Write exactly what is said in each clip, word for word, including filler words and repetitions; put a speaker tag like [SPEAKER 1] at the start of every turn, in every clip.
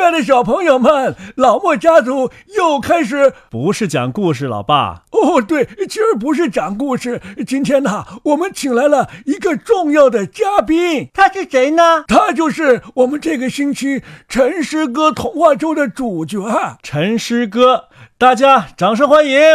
[SPEAKER 1] 爱的小朋友们，老莫家族又开始。
[SPEAKER 2] 不是讲故事，老爸。
[SPEAKER 1] 哦，对，今儿不是讲故事，今天呢，我们请来了一个重要的嘉宾。
[SPEAKER 3] 他是谁呢？
[SPEAKER 1] 他就是我们这个星期陈师哥童话周的主角。
[SPEAKER 2] 陈师哥，大家掌声欢迎。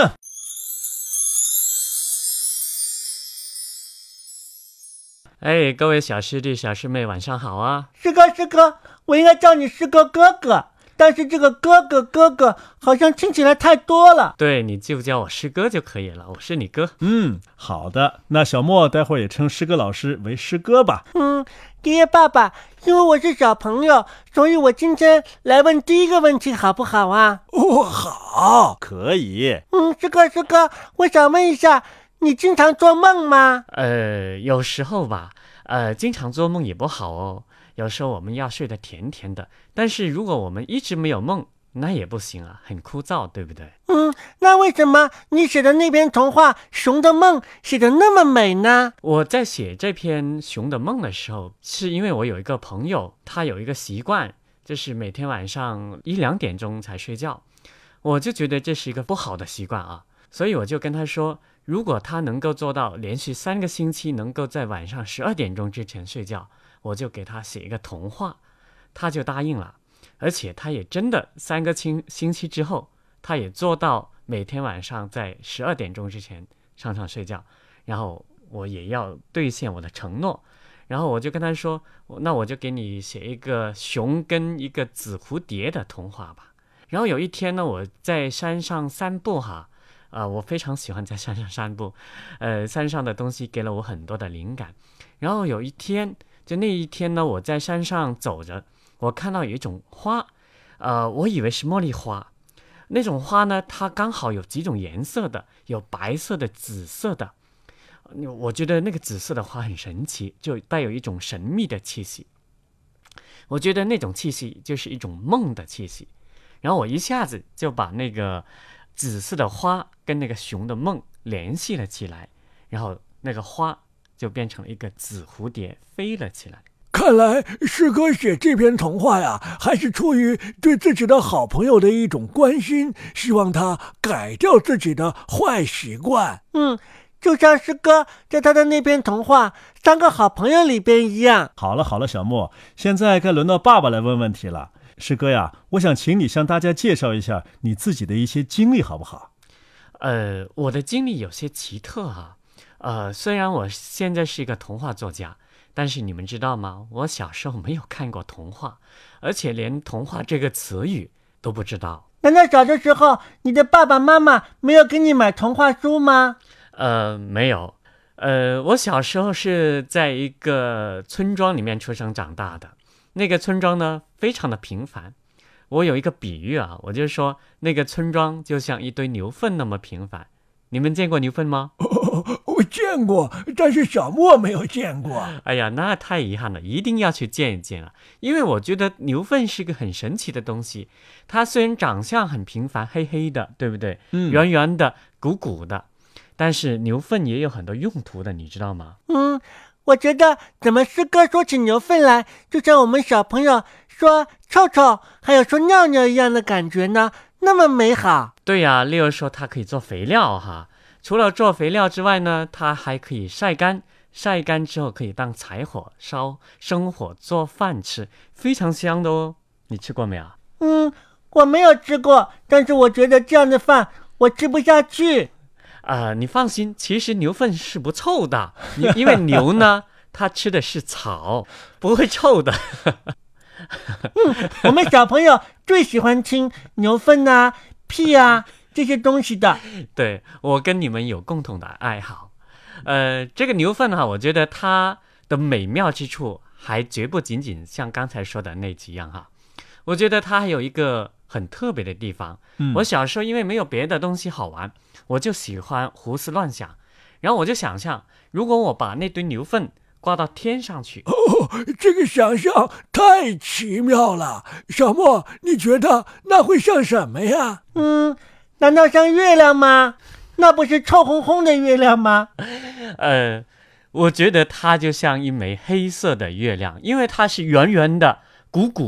[SPEAKER 4] 哎，各位小师弟小师妹晚上好啊。
[SPEAKER 3] 师哥师哥，我应该叫你师哥哥哥，但是这个哥哥哥哥好像听起来太多了。
[SPEAKER 4] 对，你就叫我师哥就可以了，我是你哥。
[SPEAKER 2] 嗯，好的，那小莫待会儿也称师哥老师为师哥吧。
[SPEAKER 3] 嗯，爷爷爸爸，因为我是小朋友，所以我今天来问第一个问题好不好啊？
[SPEAKER 1] 哦，好，
[SPEAKER 2] 可以。
[SPEAKER 3] 嗯，师哥师哥，我想问一下，你经常做梦吗？
[SPEAKER 4] 呃，有时候吧，呃，经常做梦也不好哦。有时候我们要睡得甜甜的，但是如果我们一直没有梦，那也不行啊，很枯燥，对不对？
[SPEAKER 3] 嗯，那为什么你写的那篇童话《熊的梦》写得那么美呢？
[SPEAKER 4] 我在写这篇《熊的梦》的时候，是因为我有一个朋友，他有一个习惯，就是每天晚上一两点钟才睡觉，我就觉得这是一个不好的习惯啊，所以我就跟他说，如果他能够做到连续三个星期能够在晚上十二点钟之前睡觉，我就给他写一个童话，他就答应了，而且他也真的三个星星期之后，他也做到每天晚上在十二点钟之前上床睡觉，然后我也要兑现我的承诺，然后我就跟他说，那我就给你写一个熊跟一个紫蝴蝶的童话吧。然后有一天呢，我在山上散步哈。啊、呃，我非常喜欢在山上散步，呃，山上的东西给了我很多的灵感。然后有一天，就那一天呢，我在山上走着，我看到有一种花，呃，我以为是茉莉花。那种花呢，它刚好有几种颜色的，有白色的、紫色的。我觉得那个紫色的花很神奇，就带有一种神秘的气息。我觉得那种气息就是一种梦的气息。然后我一下子就把那个紫色的花跟那个熊的梦联系了起来，然后那个花就变成了一个紫蝴蝶飞了起来。
[SPEAKER 1] 看来师哥写这篇童话呀，还是出于对自己的好朋友的一种关心，希望他改掉自己的坏习惯。
[SPEAKER 3] 嗯，就像师哥在他的那篇童话《三个好朋友》里边一样。
[SPEAKER 2] 好了好了，小莫，现在该轮到爸爸来问问题了。师哥呀，我想请你向大家介绍一下你自己的一些经历好不好？
[SPEAKER 4] 呃，我的经历有些奇特啊。呃，虽然我现在是一个童话作家，但是你们知道吗？我小时候没有看过童话，而且连童话这个词语都不知道。
[SPEAKER 3] 难道小的时候你的爸爸妈妈没有给你买童话书吗？
[SPEAKER 4] 呃，没有。呃，我小时候是在一个村庄里面出生长大的。那个村庄呢，非常的平凡。我有一个比喻啊，我就说那个村庄就像一堆牛粪那么平凡。你们见过牛粪吗？
[SPEAKER 1] 哦，我见过，但是小莫没有见过。
[SPEAKER 4] 哎呀，那太遗憾了，一定要去见一见啊！因为我觉得牛粪是个很神奇的东西。它虽然长相很平凡，黑黑的，对不对？嗯，圆圆的，鼓鼓的，但是牛粪也有很多用途的，你知道吗？
[SPEAKER 3] 嗯。我觉得怎么师哥说起牛粪来，就像我们小朋友说臭臭还有说尿尿一样的感觉呢，那么美好。
[SPEAKER 4] 对呀，例如说它可以做肥料哈，除了做肥料之外呢，它还可以晒干，晒干之后可以当柴火烧，生火做饭吃，非常香的哦。你吃过没有？
[SPEAKER 3] 嗯，我没有吃过，但是我觉得这样的饭我吃不下去。
[SPEAKER 4] 啊、呃，你放心，其实牛粪是不臭的，因为牛呢，它吃的是草，不会臭的。
[SPEAKER 3] 嗯，我们小朋友最喜欢听牛粪啊、屁啊这些东西的。
[SPEAKER 4] 对，我跟你们有共同的爱好。呃，这个牛粪哈，我觉得它的美妙之处还绝不仅仅像刚才说的那几样哈。我觉得它还有一个很特别的地方。嗯，我小时候因为没有别的东西好玩，我就喜欢胡思乱想，然后我就想象，如果我把那堆牛粪挂到天上去。
[SPEAKER 1] 哦，这个想象太奇妙了。小莫，你觉得那会像什么呀？
[SPEAKER 3] 嗯，难道像月亮吗？那不是臭烘烘的月亮吗？
[SPEAKER 4] 呃，我觉得它就像一枚黑色的月亮，因为它是圆圆的、鼓鼓的，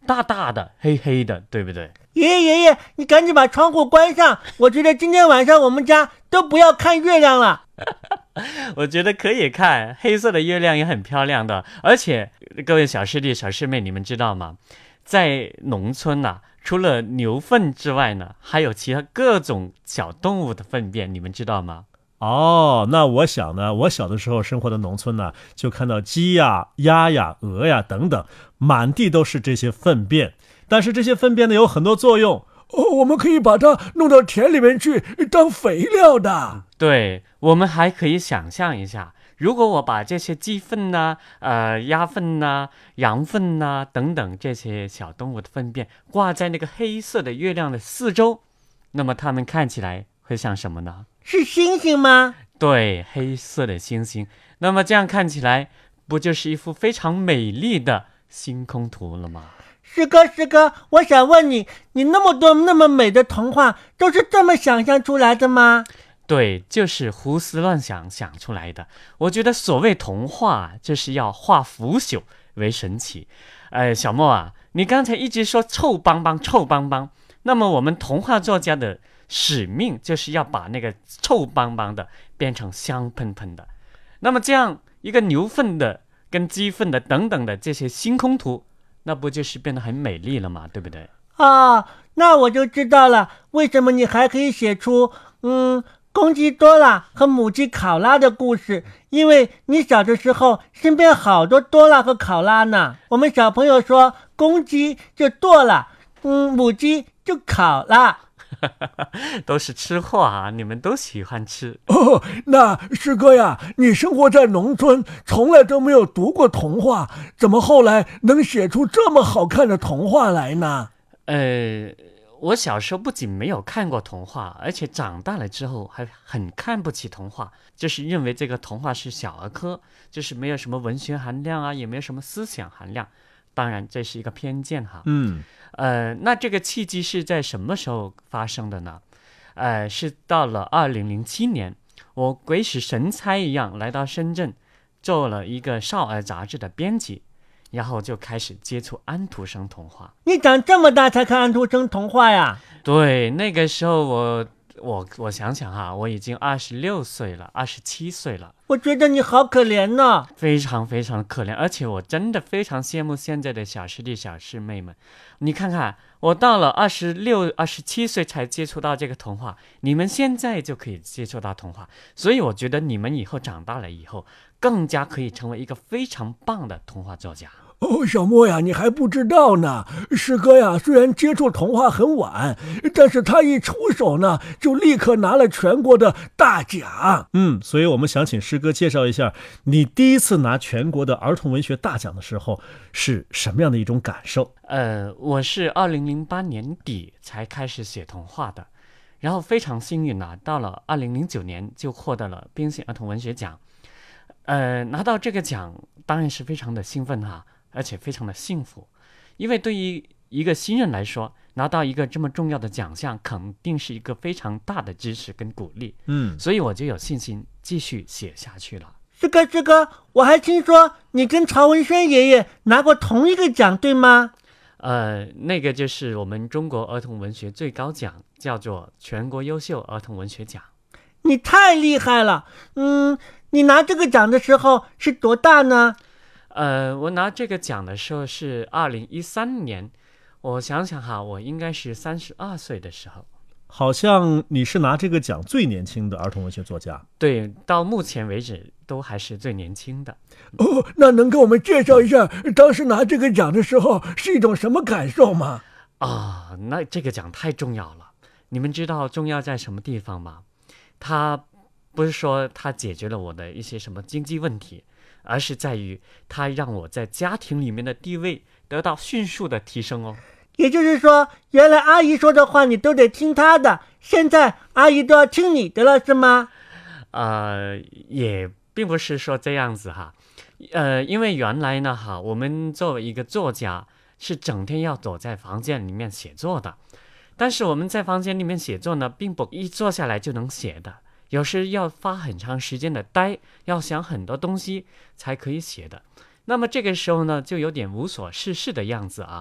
[SPEAKER 4] 大大的、黑黑的，对不对？
[SPEAKER 3] 爷爷爷爷，你赶紧把窗户关上，我觉得今天晚上我们家都不要看月亮了。
[SPEAKER 4] 我觉得可以看，黑色的月亮也很漂亮的。而且各位小师弟小师妹，你们知道吗？在农村啊，除了牛粪之外呢，还有其他各种小动物的粪便，你们知道吗？
[SPEAKER 2] 哦，那我想呢，我小的时候生活的农村呢，就看到鸡呀、鸭呀、鹅呀等等，满地都是这些粪便。但是这些粪便呢，有很多作用。
[SPEAKER 1] 哦，我们可以把它弄到田里面去当肥料的。
[SPEAKER 4] 对，我们还可以想象一下，如果我把这些鸡粪呐、呃鸭粪呐、羊粪呐等等这些小动物的粪便挂在那个黑色的月亮的四周，那么它们看起来会像什么呢？
[SPEAKER 3] 是星星吗？
[SPEAKER 4] 对，黑色的星星。那么这样看起来，不就是一幅非常美丽的星空图了吗？
[SPEAKER 3] 师哥，师哥，我想问你，你那么多那么美的童话，都是这么想象出来的吗？
[SPEAKER 4] 对，就是胡思乱想想出来的。我觉得所谓童话，就是要化腐朽为神奇。呃，小莫啊，你刚才一直说臭邦邦、臭邦邦，那么我们童话作家的使命就是要把那个臭邦邦的变成香喷喷的。那么这样一个牛粪的跟鸡粪的等等的这些星空图，那不就是变得很美丽了吗？对不对？
[SPEAKER 3] 啊，那我就知道了，为什么你还可以写出嗯公鸡多拉和母鸡考拉的故事，因为你小的时候身边好多多拉和考拉呢。我们小朋友说公鸡就剁了，嗯，母鸡就烤了。
[SPEAKER 4] 都是吃货啊，你们都喜欢吃。
[SPEAKER 1] 哦，那师哥呀，你生活在农村，从来都没有读过童话，怎么后来能写出这么好看的童话来呢？
[SPEAKER 4] 呃，我小时候不仅没有看过童话，而且长大了之后还很看不起童话，就是认为这个童话是小儿科，就是没有什么文学含量啊，也没有什么思想含量。当然，这是一个偏见哈。
[SPEAKER 2] 嗯，
[SPEAKER 4] 呃，那这个契机是在什么时候发生的呢？呃，是到了二零零七年，我鬼使神差一样来到深圳，做了一个少儿杂志的编辑，然后就开始接触安徒生童话。
[SPEAKER 3] 你长这么大才看安徒生童话呀？
[SPEAKER 4] 对，那个时候我我我想想哈，我已经二十六岁了，二十七岁了。
[SPEAKER 3] 我觉得你好可怜呢。
[SPEAKER 4] 非常非常可怜，而且我真的非常羡慕现在的小师弟小师妹们。你看看，我到了二十六、二十七岁才接触到这个童话，你们现在就可以接触到童话，所以我觉得你们以后长大了以后，更加可以成为一个非常棒的童话作家。
[SPEAKER 1] 哦，小莫呀，你还不知道呢。师哥呀，虽然接触童话很晚，但是他一出手呢，就立刻拿了全国的大奖。
[SPEAKER 2] 嗯，所以我们想请师哥介绍一下，你第一次拿全国的儿童文学大奖的时候是什么样的一种感受？
[SPEAKER 4] 呃，我是二零零八年底才开始写童话的，然后非常幸运啊，到了二零零九年就获得了编写儿童文学奖。呃，拿到这个奖当然是非常的兴奋哈。而且非常的幸福，因为对于一个新人来说，拿到一个这么重要的奖项，肯定是一个非常大的支持跟鼓励。
[SPEAKER 2] 嗯，
[SPEAKER 4] 所以我就有信心继续写下去了。
[SPEAKER 3] 师哥，师哥，我还听说你跟曹文轩爷爷拿过同一个奖，对吗？
[SPEAKER 4] 呃，那个就是我们中国儿童文学最高奖，叫做全国优秀儿童文学奖。
[SPEAKER 3] 你太厉害了。嗯，你拿这个奖的时候是多大呢？
[SPEAKER 4] 呃，我拿这个奖的时候是二零一三年，我想想哈，我应该是三十二岁的时候。
[SPEAKER 2] 好像你是拿这个奖最年轻的儿童文学作家。
[SPEAKER 4] 对，到目前为止都还是最年轻的。
[SPEAKER 1] 哦，那能给我们介绍一下当时拿这个奖的时候是一种什么感受吗？
[SPEAKER 4] 啊、哦，那这个奖太重要了。你们知道重要在什么地方吗？它不是说它解决了我的一些什么经济问题，而是在于它让我在家庭里面的地位得到迅速的提升哦。
[SPEAKER 3] 也就是说，原来阿姨说的话你都得听她的，现在阿姨都要听你的了，是吗？
[SPEAKER 4] 呃，也并不是说这样子哈。呃，因为原来呢哈，我们作为一个作家是整天要躲在房间里面写作的，但是我们在房间里面写作呢，并不一坐下来就能写的。有时要花很长时间的呆，要想很多东西才可以写的。那么这个时候呢，就有点无所事事的样子啊。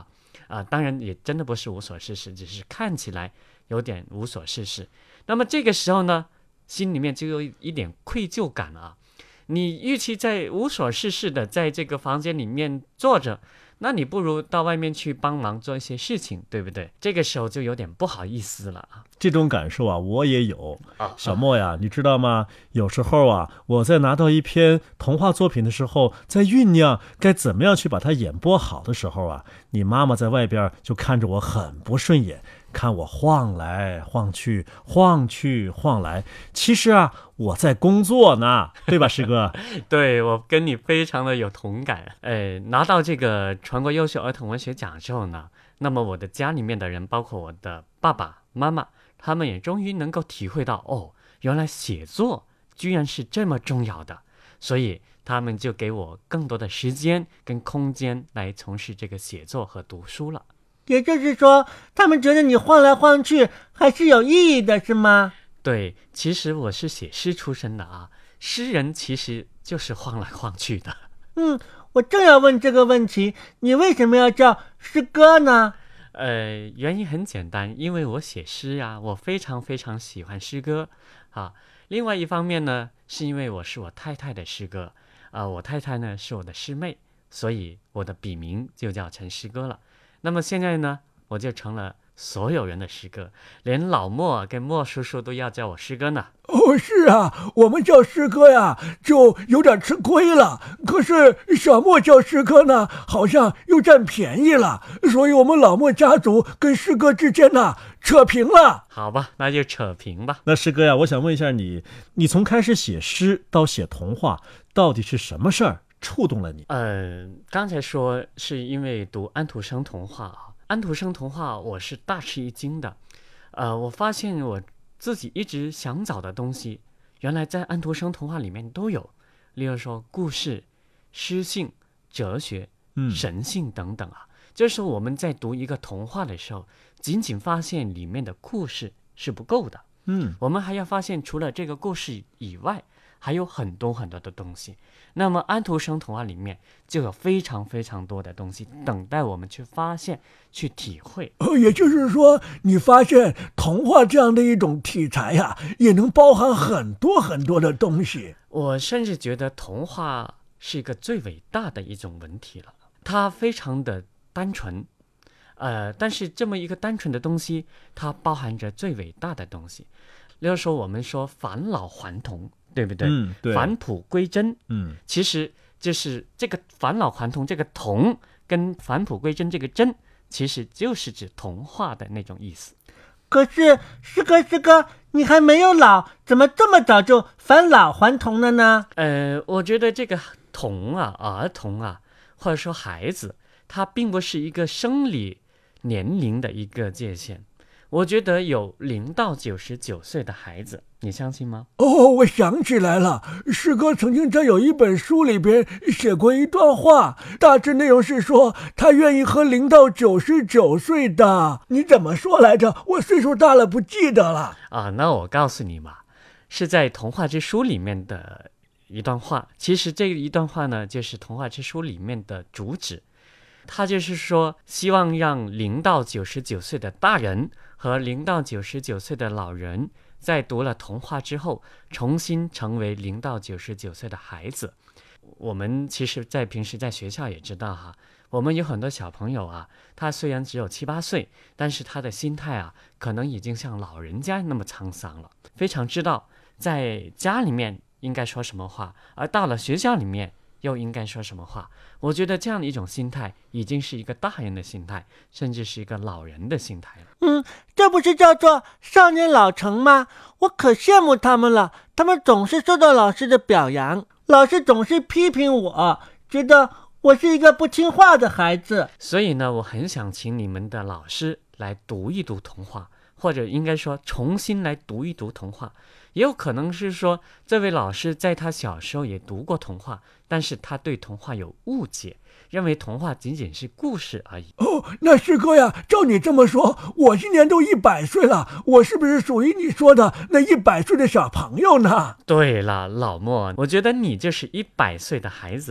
[SPEAKER 4] 啊、当然也真的不是无所事事，只是看起来有点无所事事。那么这个时候呢，心里面就有一点愧疚感啊。你与其在无所事事的在这个房间里面坐着，那你不如到外面去帮忙做一些事情，对不对？这个时候就有点不好意思了啊。
[SPEAKER 2] 这种感受啊，我也有。
[SPEAKER 4] 啊
[SPEAKER 2] 小莫呀，你知道吗？有时候啊，我在拿到一篇童话作品的时候，在酝酿该怎么样去把它演播好的时候啊，你妈妈在外边就看着我很不顺眼，看我晃来晃去，晃去晃来。其实啊，我在工作呢，对吧，师哥？
[SPEAKER 4] 对，我跟你非常的有同感。呃，拿到这个全国优秀儿童文学奖之后呢，那么我的家里面的人，包括我的爸爸妈妈，他们也终于能够体会到，哦，原来写作居然是这么重要的，所以他们就给我更多的时间跟空间来从事这个写作和读书了。
[SPEAKER 3] 也就是说，他们觉得你晃来晃去还是有意义的，是吗？
[SPEAKER 4] 对，其实我是写诗出身的啊，诗人其实就是晃来晃去的。
[SPEAKER 3] 嗯，我正要问这个问题，你为什么要叫诗歌呢？
[SPEAKER 4] 呃，原因很简单，因为我写诗呀、啊，我非常非常喜欢诗歌啊。另外一方面呢，是因为我是我太太的诗歌啊，我太太呢是我的师妹，所以我的笔名就叫陈诗歌了。那么现在呢，我就成了所有人的诗歌，连老莫跟莫叔叔都要叫我诗歌呢。
[SPEAKER 1] 哦，是啊，我们叫诗歌呀，就有点吃亏了。可是小莫叫诗歌呢，好像又占便宜了，所以我们老莫家族跟诗歌之间呢扯平了。
[SPEAKER 4] 好吧，那就扯平吧。
[SPEAKER 2] 那师哥呀，我想问一下你，你从开始写诗到写童话，到底是什么事儿触动了你？
[SPEAKER 4] 呃，刚才说是因为读安徒生童话啊，安徒生童话我是大吃一惊的。呃，我发现我自己一直想找的东西，原来在安徒生童话里面都有，例如说故事、诗性、哲学、神性等等啊。就是我们在读一个童话的时候，仅仅发现里面的故事是不够的，
[SPEAKER 2] 嗯，
[SPEAKER 4] 我们还要发现除了这个故事以外，还有很多很多的东西。那么安徒生童话里面就有非常非常多的东西等待我们去发现、去体会。
[SPEAKER 1] 哦，也就是说，你发现童话这样的一种题材呀、啊，也能包含很多很多的东西。
[SPEAKER 4] 我甚至觉得童话是一个最伟大的一种文体了，它非常的单纯，呃，但是这么一个单纯的东西，它包含着最伟大的东西。例如说，我们说返老还童，对不对？
[SPEAKER 2] 嗯，对。
[SPEAKER 4] 返璞归真，
[SPEAKER 2] 嗯，
[SPEAKER 4] 其实就是这个返老还童这个童跟返璞归真这个真，其实就是指童话的那种意思。
[SPEAKER 3] 可是师哥师哥，你还没有老，怎么这么早就返老还童了呢？
[SPEAKER 4] 呃，我觉得这个童啊，儿童啊，或者说孩子，它并不是一个生理年龄的一个界限。我觉得有零到九十九岁的孩子，你相信吗？
[SPEAKER 1] 哦，我想起来了，师哥曾经在有一本书里边写过一段话，大致内容是说他愿意和零到九十九岁的，你怎么说来着？我岁数大了不记得了
[SPEAKER 4] 啊。那我告诉你吧，是在《童话之书》里面的一段话。其实这一段话呢，就是《童话之书》里面的主旨。他就是说，希望让零到九十九岁的大人和零到九十九岁的老人，在读了童话之后，重新成为零到九十九岁的孩子。我们其实在平时在学校也知道哈，我们有很多小朋友啊，他虽然只有七八岁，但是他的心态啊，可能已经像老人家那么沧桑了，非常知道在家里面应该说什么话，而到了学校里面又应该说什么话。我觉得这样的一种心态已经是一个大人的心态，甚至是一个老人的心态了。
[SPEAKER 3] 嗯，这不是叫做少年老成吗？我可羡慕他们了，他们总是受到老师的表扬，老师总是批评我，觉得我是一个不听话的孩子。
[SPEAKER 4] 所以呢，我很想请你们的老师来读一读童话，或者应该说重新来读一读童话。也有可能是说，这位老师在他小时候也读过童话，但是他对童话有误解，认为童话仅仅是故事而已。
[SPEAKER 1] 哦，那师哥呀，照你这么说，我今年都一百岁了，我是不是属于你说的那一百岁的小朋友呢？
[SPEAKER 4] 对了，老莫，我觉得你就是一百岁的孩子呀。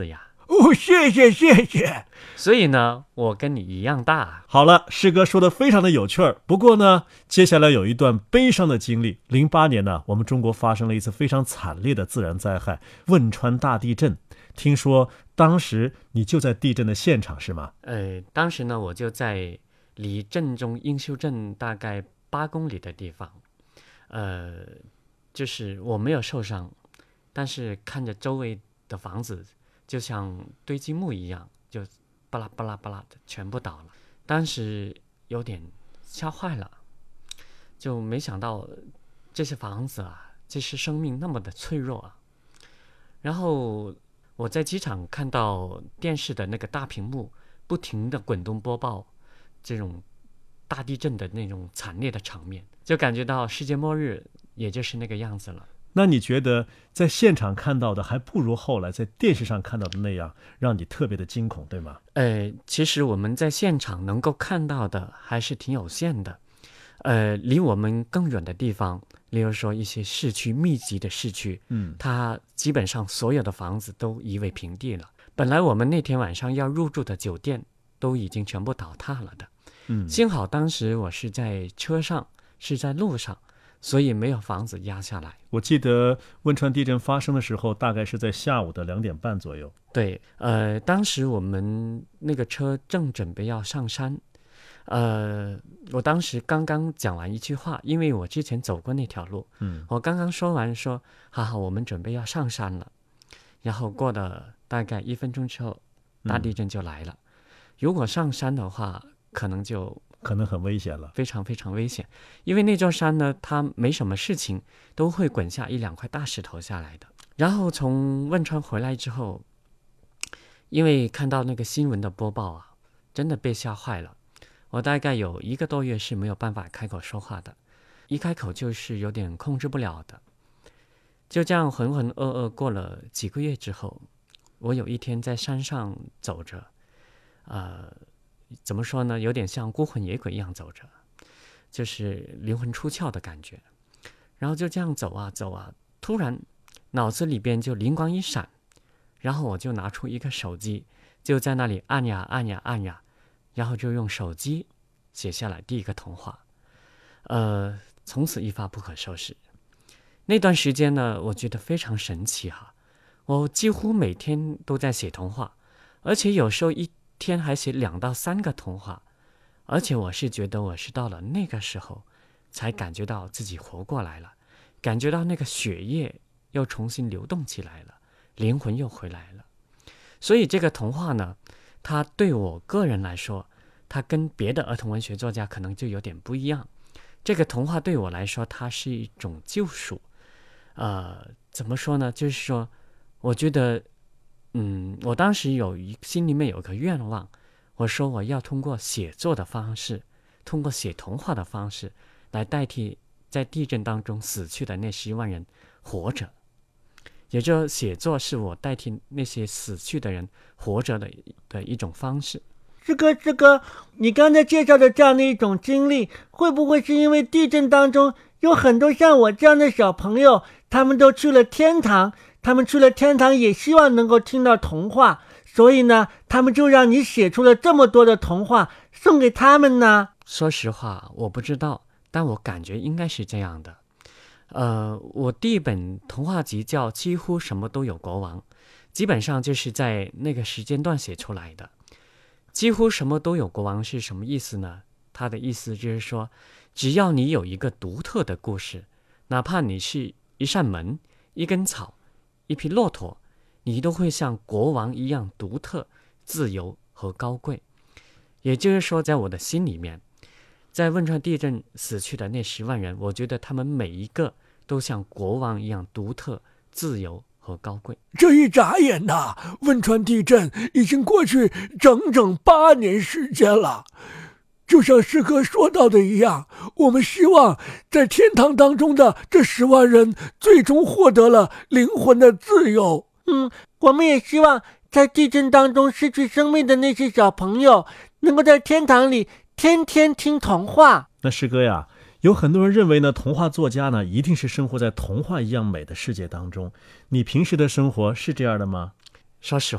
[SPEAKER 1] 哦，谢谢谢谢。
[SPEAKER 4] 所以呢，我跟你一样大。
[SPEAKER 2] 好了，师哥说的非常的有趣儿。不过呢，接下来有一段悲伤的经历。零八年呢，我们中国发生了一次非常惨烈的自然灾害——汶川大地震。听说当时你就在地震的现场是吗？
[SPEAKER 4] 呃，当时呢，我就在离震中英秀镇大概八公里的地方。呃，就是我没有受伤，但是看着周围的房子就像堆积木一样，就巴拉巴拉巴拉的全部倒了。当时有点吓坏了，就没想到这些房子啊，这些生命那么的脆弱啊。然后我在机场看到电视的那个大屏幕不停的滚动播报这种大地震的那种惨烈的场面，就感觉到世界末日也就是那个样子了。
[SPEAKER 2] 那你觉得在现场看到的还不如后来在电视上看到的那样让你特别的惊恐，对吗？
[SPEAKER 4] 呃，其实我们在现场能够看到的还是挺有限的。呃，离我们更远的地方，例如说一些市区密集的市区，
[SPEAKER 2] 嗯，
[SPEAKER 4] 它基本上所有的房子都夷为平地了。本来我们那天晚上要入住的酒店都已经全部倒塌了的。
[SPEAKER 2] 嗯，
[SPEAKER 4] 幸好当时我是在车上，是在路上，所以没有房子压下来。
[SPEAKER 2] 我记得汶川地震发生的时候，大概是在下午的两点半左右。
[SPEAKER 4] 对，呃，当时我们那个车正准备要上山，呃，我当时刚刚讲完一句话，因为我之前走过那条路，
[SPEAKER 2] 嗯，
[SPEAKER 4] 我刚刚说完说，好好，我们准备要上山了，然后过了大概一分钟之后，大地震就来了。嗯、如果上山的话，可能就
[SPEAKER 2] 可能很危险了，
[SPEAKER 4] 非常非常危险，因为那座山呢，它没什么事情，都会滚下一两块大石头下来的。然后从汶川回来之后，因为看到那个新闻的播报啊，真的被吓坏了。我大概有一个多月是没有办法开口说话的，一开口就是有点控制不了的。就这样浑浑噩噩过了几个月之后，我有一天在山上走着，呃。怎么说呢？有点像孤魂野鬼一样走着，就是灵魂出窍的感觉。然后就这样走啊走啊，突然脑子里边就灵光一闪，然后我就拿出一个手机，就在那里按呀按呀按呀，然后就用手机写下来第一个童话。呃，从此一发不可收拾。那段时间呢，我觉得非常神奇哈，我几乎每天都在写童话，而且有时候一天还写两到三个童话，而且我是觉得我是到了那个时候才感觉到自己活过来了，感觉到那个血液又重新流动起来了，灵魂又回来了。所以这个童话呢，它对我个人来说，它跟别的儿童文学作家可能就有点不一样。这个童话对我来说，它是一种救赎。呃，怎么说呢？就是说，我觉得嗯，我当时有一心里面有个愿望，我说我要通过写作的方式，通过写童话的方式，来代替在地震当中死去的那十万人活着。也就是写作是我代替那些死去的人活着的的一种方式。
[SPEAKER 3] 志哥，志哥，你刚才介绍的这样的一种经历，会不会是因为地震当中有很多像我这样的小朋友，他们都去了天堂？他们去了天堂也希望能够听到童话，所以呢，他们就让你写出了这么多的童话送给他们呢？
[SPEAKER 4] 说实话，我不知道，但我感觉应该是这样的。呃，我第一本童话集叫《几乎什么都有国王》，基本上就是在那个时间段写出来的。几乎什么都有国王是什么意思呢？它的意思就是说，只要你有一个独特的故事，哪怕你是一扇门、一根草、一匹骆驼，你都会像国王一样独特、自由和高贵。也就是说，在我的心里面，在汶川地震死去的那十万人，我觉得他们每一个都像国王一样独特、自由和高贵。
[SPEAKER 1] 这一眨眼呐，汶川地震已经过去整整八年时间了。就像师哥说到的一样，我们希望在天堂当中的这十万人最终获得了灵魂的自由。
[SPEAKER 3] 嗯，我们也希望在地震当中失去生命的那些小朋友，能够在天堂里天天听童话。
[SPEAKER 2] 那师哥呀，有很多人认为呢，童话作家呢一定是生活在童话一样美的世界当中。你平时的生活是这样的吗？
[SPEAKER 4] 说实话，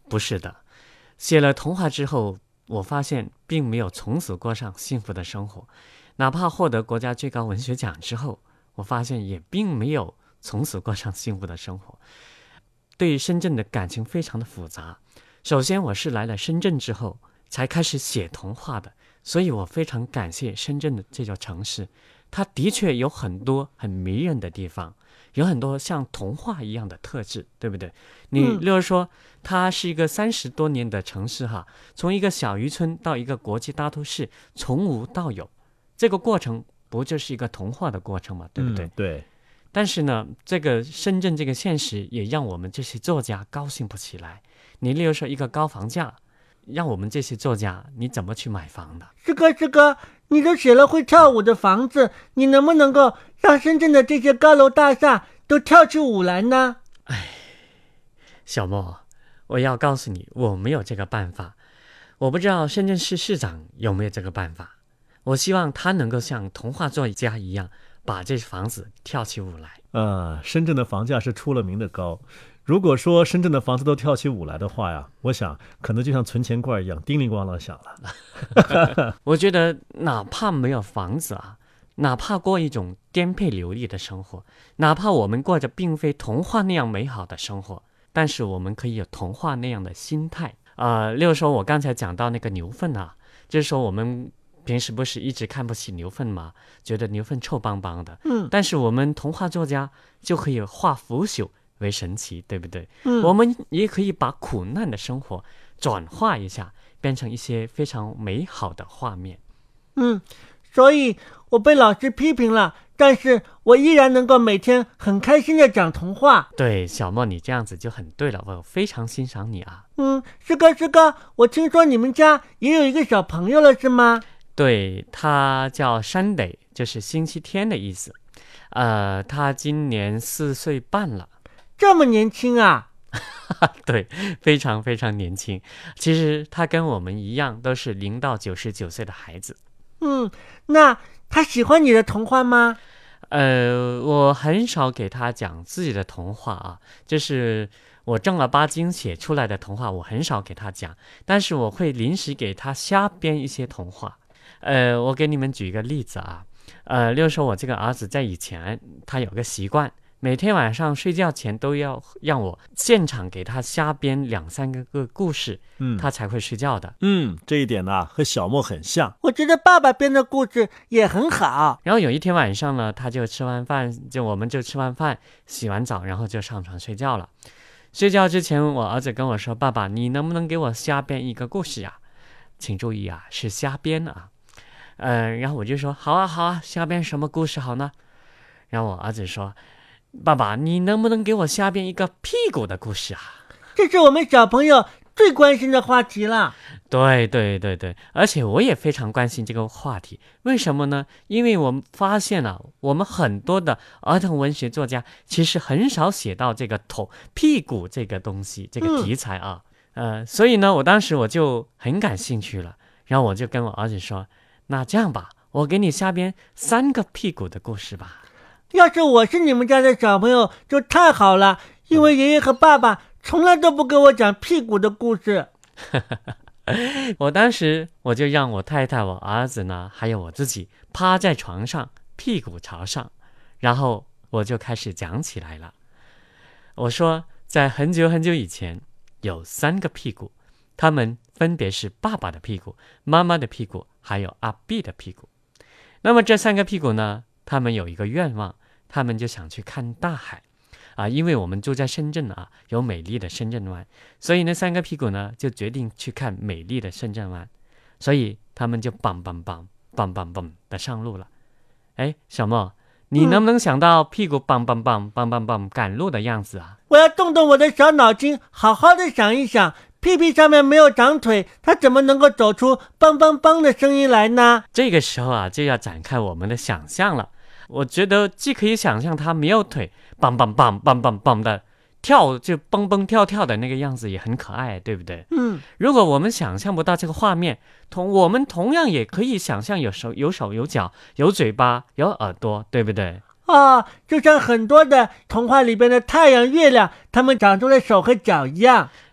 [SPEAKER 4] 不是的，写了童话之后，我发现并没有从此过上幸福的生活，哪怕获得国家最高文学奖之后，我发现也并没有从此过上幸福的生活。对深圳的感情非常的复杂。首先，我是来了深圳之后才开始写童话的，所以我非常感谢深圳的这座城市，它的确有很多很迷人的地方，有很多像童话一样的特质，对不对？你例如说，它是一个三十多年的城市哈，从一个小渔村到一个国际大都市，从无到有，这个过程不就是一个童话的过程吗？对不对？
[SPEAKER 2] 嗯、对。
[SPEAKER 4] 但是呢，这个深圳这个现实也让我们这些作家高兴不起来。你例如说一个高房价，让我们这些作家你怎么去买房的？
[SPEAKER 3] 师哥师哥，你都写了会跳舞的房子，你能不能够让深圳的这些高楼大厦都跳起舞来呢？
[SPEAKER 4] 哎，小莫，我要告诉你，我没有这个办法。我不知道深圳市市长有没有这个办法。我希望他能够像童话作家一样，把这房子跳起舞来。
[SPEAKER 2] 呃，深圳的房价是出了名的高。如果说深圳的房子都跳起舞来的话呀，我想可能就像存钱罐一样，叮铃咣啷响了。
[SPEAKER 4] 我觉得哪怕没有房子啊，哪怕过一种颠沛流离的生活，哪怕我们过着并非童话那样美好的生活，但是我们可以有童话那样的心态。呃，例如说我刚才讲到那个牛粪啊，就是说我们平时不是一直看不起牛粪吗？觉得牛粪臭邦邦的。
[SPEAKER 3] 嗯，
[SPEAKER 4] 但是我们童话作家就可以化腐朽为神奇，对不对？
[SPEAKER 3] 嗯，
[SPEAKER 4] 我们也可以把苦难的生活转化一下，变成一些非常美好的画面。
[SPEAKER 3] 嗯，所以我被老师批评了，但是我依然能够每天很开心的讲童话。
[SPEAKER 4] 对，小莫，你这样子就很对了，我非常欣赏你啊。
[SPEAKER 3] 嗯，师哥师哥，我听说你们家也有一个小朋友了，是吗？
[SPEAKER 4] 对，他叫Sunday，就是星期天的意思。呃，他今年四岁半了。
[SPEAKER 3] 这么年轻啊？
[SPEAKER 4] 对，非常非常年轻。其实他跟我们一样，都是零到九十九岁的孩子。
[SPEAKER 3] 嗯，那他喜欢你的童话吗？
[SPEAKER 4] 呃，我很少给他讲自己的童话啊，就是我正儿八经写出来的童话，我很少给他讲，但是我会临时给他瞎编一些童话。呃，我给你们举一个例子啊，呃，例如说我这个儿子在以前，他有个习惯，每天晚上睡觉前都要让我现场给他瞎编两三个个故事，
[SPEAKER 2] 嗯，
[SPEAKER 4] 他才会睡觉的。
[SPEAKER 2] 嗯，这一点呢、啊、和小莫很像。
[SPEAKER 3] 我觉得爸爸编的故事也很好。
[SPEAKER 4] 然后有一天晚上呢，他就吃完饭，就我们就吃完饭，洗完澡，然后就上床睡觉了。睡觉之前，我儿子跟我说：“爸爸，你能不能给我瞎编一个故事呀？”请注意啊，是瞎编啊。呃，然后我就说：“好啊，好啊，瞎编什么故事好呢？”然后我儿子说：“爸爸，你能不能给我瞎编一个屁股的故事啊？”
[SPEAKER 3] 这是我们小朋友最关心的话题了。
[SPEAKER 4] 对对对对，而且我也非常关心这个话题。为什么呢？因为我们发现了、啊，我们很多的儿童文学作家其实很少写到这个头屁股这个东西，这个题材啊。嗯、呃，所以呢，我当时我就很感兴趣了，然后我就跟我儿子说：“那这样吧，我给你瞎编三个屁股的故事吧。”
[SPEAKER 3] 要是我是你们家的小朋友就太好了，因为爷爷和爸爸从来都不给我讲屁股的故事。
[SPEAKER 4] 我当时我就让我太太、我儿子呢，还有我自己趴在床上，屁股朝上，然后我就开始讲起来了。我说，在很久很久以前，有三个屁股，他们分别是爸爸的屁股、妈妈的屁股，还有阿碧的屁股。那么这三个屁股呢，他们有一个愿望，他们就想去看大海。啊，因为我们住在深圳啊，有美丽的深圳湾，所以那三个屁股呢就决定去看美丽的深圳湾，所以他们就梆梆梆梆梆梆的上路了。哎，小莫，你能不能想到屁股梆梆梆梆梆梆赶路的样子啊？
[SPEAKER 3] 我要动动我的小脑筋，好好的想一想，屁屁上面没有长腿，它怎么能够走出梆梆梆的声音来呢？
[SPEAKER 4] 这个时候啊，就要展开我们的想象了。我觉得既可以想象它没有腿，梆梆梆梆梆梆的跳，就蹦蹦跳跳的那个样子也很可爱，对不对？
[SPEAKER 3] 嗯，
[SPEAKER 4] 如果我们想象不到这个画面，同我们同样也可以想象有手有手有脚有嘴巴有耳朵，对不对？
[SPEAKER 3] 啊，就像很多的童话里边的太阳、月亮，它们长出了手和脚一样。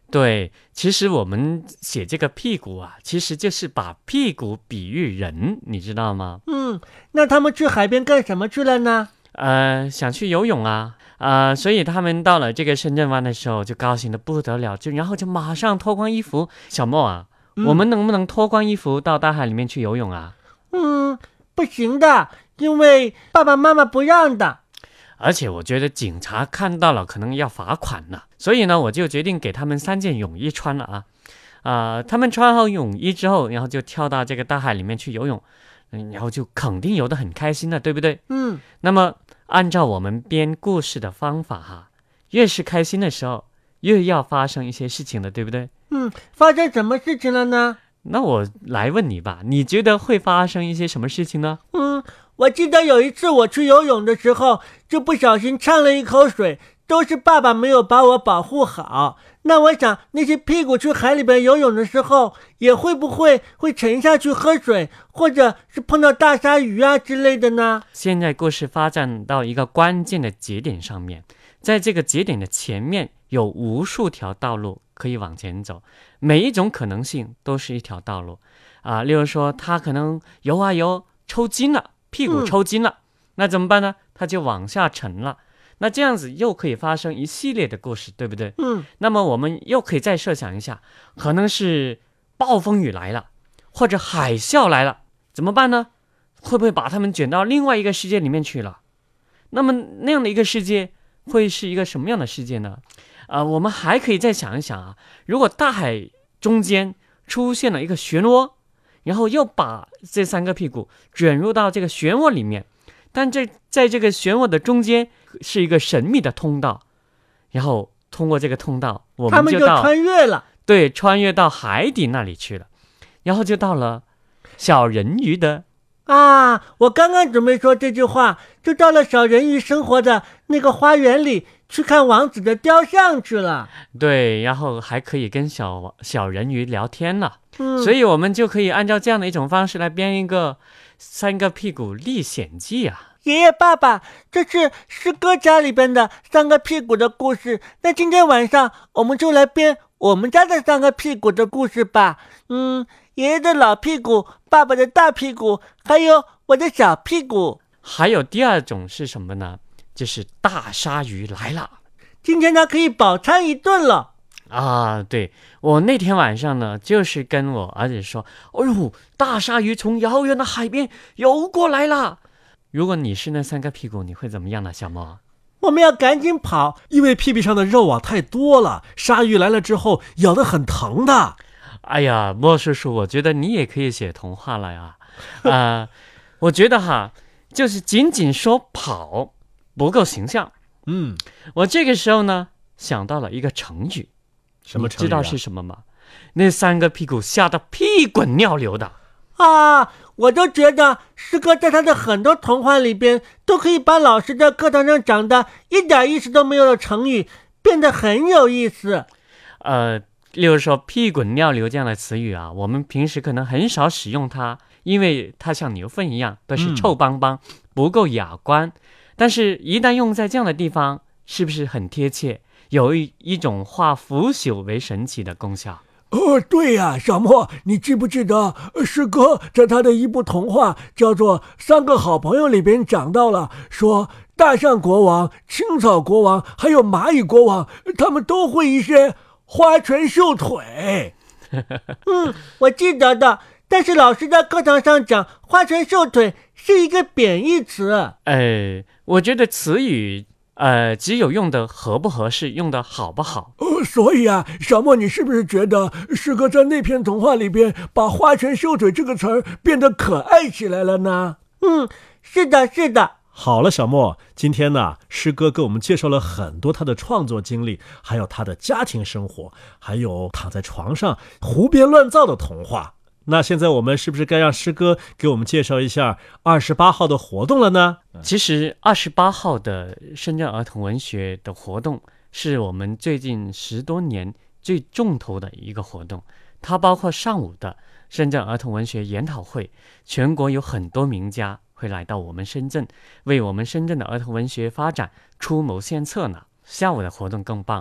[SPEAKER 4] 对，其实我们写这个屁股啊，其实就是把屁股比喻人，你知道吗？
[SPEAKER 3] 嗯，那他们去海边干什么去了呢？
[SPEAKER 4] 呃，想去游泳啊，呃，所以他们到了这个深圳湾的时候，就高兴得不得了，就然后就马上脱光衣服。小莫啊，嗯、我们能不能脱光衣服到大海里面去游泳啊？
[SPEAKER 3] 嗯，不行的，因为爸爸妈妈不让的。
[SPEAKER 4] 而且我觉得警察看到了可能要罚款了，所以呢，我就决定给他们三件泳衣穿了啊，啊、呃，他们穿好泳衣之后，然后就跳到这个大海里面去游泳，嗯，然后就肯定游得很开心的，对不对？
[SPEAKER 3] 嗯，
[SPEAKER 4] 那么按照我们编故事的方法哈，越是开心的时候，越要发生一些事情的，对不对？
[SPEAKER 3] 嗯，发生什么事情了呢？
[SPEAKER 4] 那我来问你吧，你觉得会发生一些什么事情呢？
[SPEAKER 3] 嗯，我记得有一次我去游泳的时候，就不小心呛了一口水，都是爸爸没有把我保护好。那我想那些屁股去海里边游泳的时候，也会不会会沉下去喝水，或者是碰到大鲨鱼啊之类的呢？
[SPEAKER 4] 现在故事发展到一个关键的节点上面，在这个节点的前面有无数条道路可以往前走，每一种可能性都是一条道路啊。例如说他可能游啊游抽筋了，屁股抽筋了、嗯、那怎么办呢？他就往下沉了，那这样子又可以发生一系列的故事，对不对？
[SPEAKER 3] 嗯，
[SPEAKER 4] 那么我们又可以再设想一下，可能是暴风雨来了，或者海啸来了，怎么办呢？会不会把他们卷到另外一个世界里面去了？那么那样的一个世界会是一个什么样的世界呢？呃，我们还可以再想一想啊，如果大海中间出现了一个漩涡，然后又把这三个屁股卷入到这个漩涡里面，但这在这个漩涡的中间是一个神秘的通道，然后通过这个通道，我们就到
[SPEAKER 3] 他们就穿越了，
[SPEAKER 4] 对，穿越到海底那里去了，然后就到了小人鱼的
[SPEAKER 3] 啊！我刚刚准备说这句话，就到了小人鱼生活的那个花园里去看王子的雕像去了。
[SPEAKER 4] 对，然后还可以跟小小人鱼聊天了。
[SPEAKER 3] 嗯，
[SPEAKER 4] 所以我们就可以按照这样的一种方式来编一个三个屁股历险记啊。
[SPEAKER 3] 爷爷爸爸，这是诗歌家里边的三个屁股的故事，那今天晚上我们就来编我们家的三个屁股的故事吧。嗯，爷爷的老屁股，爸爸的大屁股，还有我的小屁股。
[SPEAKER 4] 还有第二种是什么呢？就是大鲨鱼来了，
[SPEAKER 3] 今天他可以饱餐一顿了
[SPEAKER 4] 啊！对，我那天晚上呢，就是跟我儿子说，哎呦，大鲨鱼从遥远的海边游过来了。如果你是那三个屁股，你会怎么样呢，小猫？
[SPEAKER 3] 我们要赶紧跑，
[SPEAKER 2] 因为屁屁上的肉啊太多了，鲨鱼来了之后咬得很疼的。
[SPEAKER 4] 哎呀，莫叔叔，我觉得你也可以写童话了呀。啊、呃，我觉得哈，就是仅仅说跑不够形象。
[SPEAKER 2] 嗯，
[SPEAKER 4] 我这个时候呢想到了一个成语，
[SPEAKER 2] 什么成语、啊？
[SPEAKER 4] 你知道是什么吗？那三个屁股吓得屁滚尿流的。
[SPEAKER 3] 啊，我都觉得诗歌在他的很多童话里边都可以把老师在课堂上讲的一点意思都没有的成语变得很有意思。
[SPEAKER 4] 呃，例如说屁滚尿流这样的词语啊，我们平时可能很少使用它，因为它像牛粪一样都是臭邦邦、嗯、不够雅观。但是一旦用在这样的地方，是不是很贴切，有一一种化腐朽为神奇的功效？
[SPEAKER 1] 哦，对呀、啊，小莫，你记不记得诗歌在他的一部童话叫做《三个好朋友》里边讲到了，说大象国王、青草国王还有蚂蚁国王，他们都会一些花拳绣腿。
[SPEAKER 3] 嗯，我记得的，但是老师在课堂上讲花拳绣腿是一个贬义词。
[SPEAKER 4] 呃，我觉得词语呃，只有用的合不合适，用的好不好。
[SPEAKER 1] 哦，所以啊，小莫，你是不是觉得诗歌在那篇童话里边把花拳绣腿这个词儿变得可爱起来了呢？
[SPEAKER 3] 嗯，是的，是的。
[SPEAKER 2] 好了，小莫，今天呢，诗歌给我们介绍了很多他的创作经历，还有他的家庭生活，还有躺在床上胡编乱造的童话。那现在我们是不是该让诗歌给我们介绍一下二十八号的活动了呢？
[SPEAKER 4] 其实二十八号的深圳儿童文学的活动是我们最近十多年最重头的一个活动，它包括上午的深圳儿童文学研讨会，全国有很多名家会来到我们深圳，为我们深圳的儿童文学发展出谋献策呢。下午的活动更棒啊，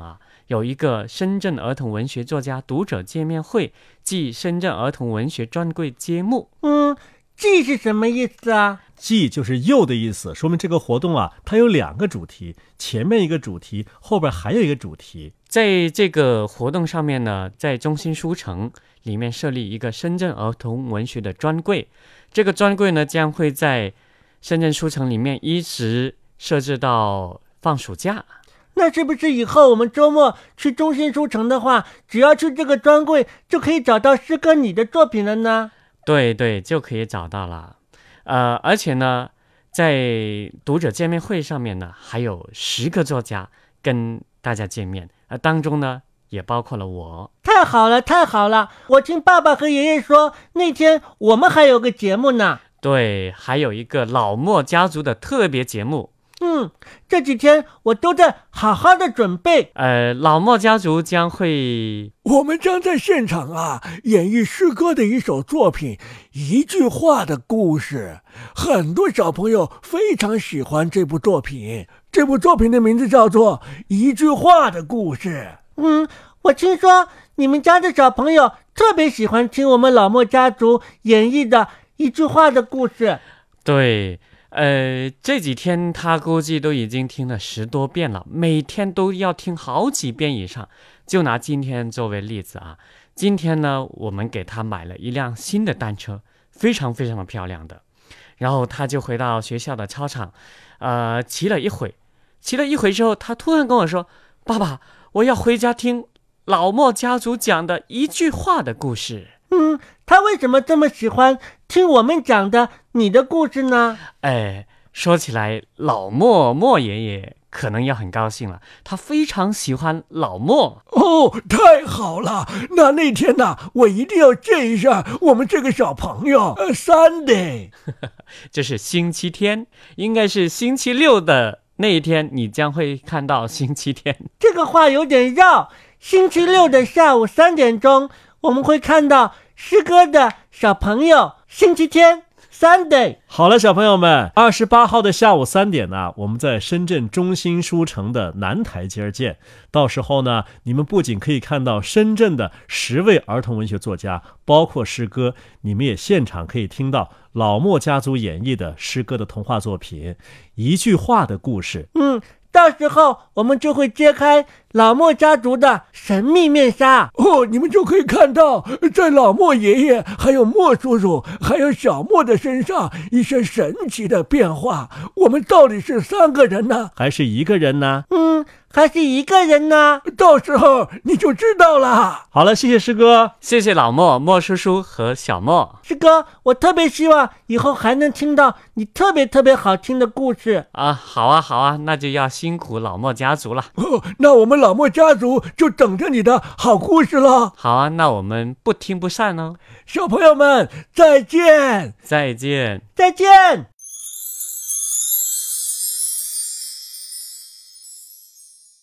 [SPEAKER 4] 有一个深圳儿童文学作家读者见面会暨深圳儿童文学专柜揭幕。
[SPEAKER 3] 嗯，季是什么意思啊？
[SPEAKER 2] 季就是又的意思，说明这个活动啊，它有两个主题，前面一个主题，后边还有一个主题。
[SPEAKER 4] 在这个活动上面呢，在中心书城里面设立一个深圳儿童文学的专柜，这个专柜呢将会在深圳书城里面一直设置到放暑假。
[SPEAKER 3] 那是不是以后我们周末去中心书城的话，只要去这个专柜就可以找到诗歌你的作品了呢？
[SPEAKER 4] 对对，就可以找到了。呃，而且呢，在读者见面会上面呢，还有十个作家跟大家见面，而当中呢，也包括了我。
[SPEAKER 3] 太好了，太好了！我听爸爸和爷爷说，那天我们还有个节目呢。
[SPEAKER 4] 对，还有一个老莫家族的特别节目。
[SPEAKER 3] 嗯，这几天我都在好好的准备。
[SPEAKER 4] 呃，老莫家族将会，
[SPEAKER 1] 我们将在现场啊演绎诗歌的一首作品，一句话的故事。很多小朋友非常喜欢这部作品。这部作品的名字叫做《一句话的故事》。
[SPEAKER 3] 嗯，我听说你们家的小朋友特别喜欢听我们老莫家族演绎的一句话的故事。
[SPEAKER 4] 对。呃，这几天他估计都已经听了十多遍了，每天都要听好几遍以上。就拿今天作为例子啊，今天呢，我们给他买了一辆新的单车，非常非常的漂亮的。然后他就回到学校的操场，呃，骑了一会，骑了一会之后，他突然跟我说：“爸爸，我要回家听老莫家族讲的一句话的故事。”
[SPEAKER 3] 嗯，他为什么这么喜欢听我们讲的你的故事呢？
[SPEAKER 4] 哎，说起来，老莫莫爷爷可能要很高兴了，他非常喜欢老莫。
[SPEAKER 1] 哦，太好了！那那天呢、啊，我一定要见一下我们这个小朋友。呃 Sunday，
[SPEAKER 4] 这是星期天，应该是星期六的那一天，你将会看到星期天。
[SPEAKER 3] 这个话有点绕。星期六的下午三点钟，我们会看到诗歌的小朋友。星期天 Sunday。
[SPEAKER 2] 好了，小朋友们，二十八号的下午三点呢，我们在深圳中心书城的南台阶见。到时候呢，你们不仅可以看到深圳的十位儿童文学作家，包括诗歌，你们也现场可以听到老莫家族演绎的诗歌的童话作品，一句话的故事。
[SPEAKER 3] 嗯，到时候我们就会揭开老莫家族的神秘面纱。
[SPEAKER 1] 哦，你们就可以看到在老莫爷爷还有莫叔叔还有小莫的身上一些神奇的变化。我们到底是三个人呢，
[SPEAKER 2] 还是一个人呢？
[SPEAKER 3] 嗯，还是一个人呢？
[SPEAKER 1] 到时候你就知道了。
[SPEAKER 2] 好了，谢谢师哥，
[SPEAKER 4] 谢谢老莫、莫叔叔和小莫。
[SPEAKER 3] 师哥，我特别希望以后还能听到你特别特别好听的故事
[SPEAKER 4] 啊！好啊，好啊，那就要辛苦老莫家族了。
[SPEAKER 1] 哦，那我们老莫家族就等着你的好故事了。
[SPEAKER 4] 好啊，那我们不听不散哦。
[SPEAKER 1] 小朋友们，再见，
[SPEAKER 4] 再见，
[SPEAKER 3] 再见。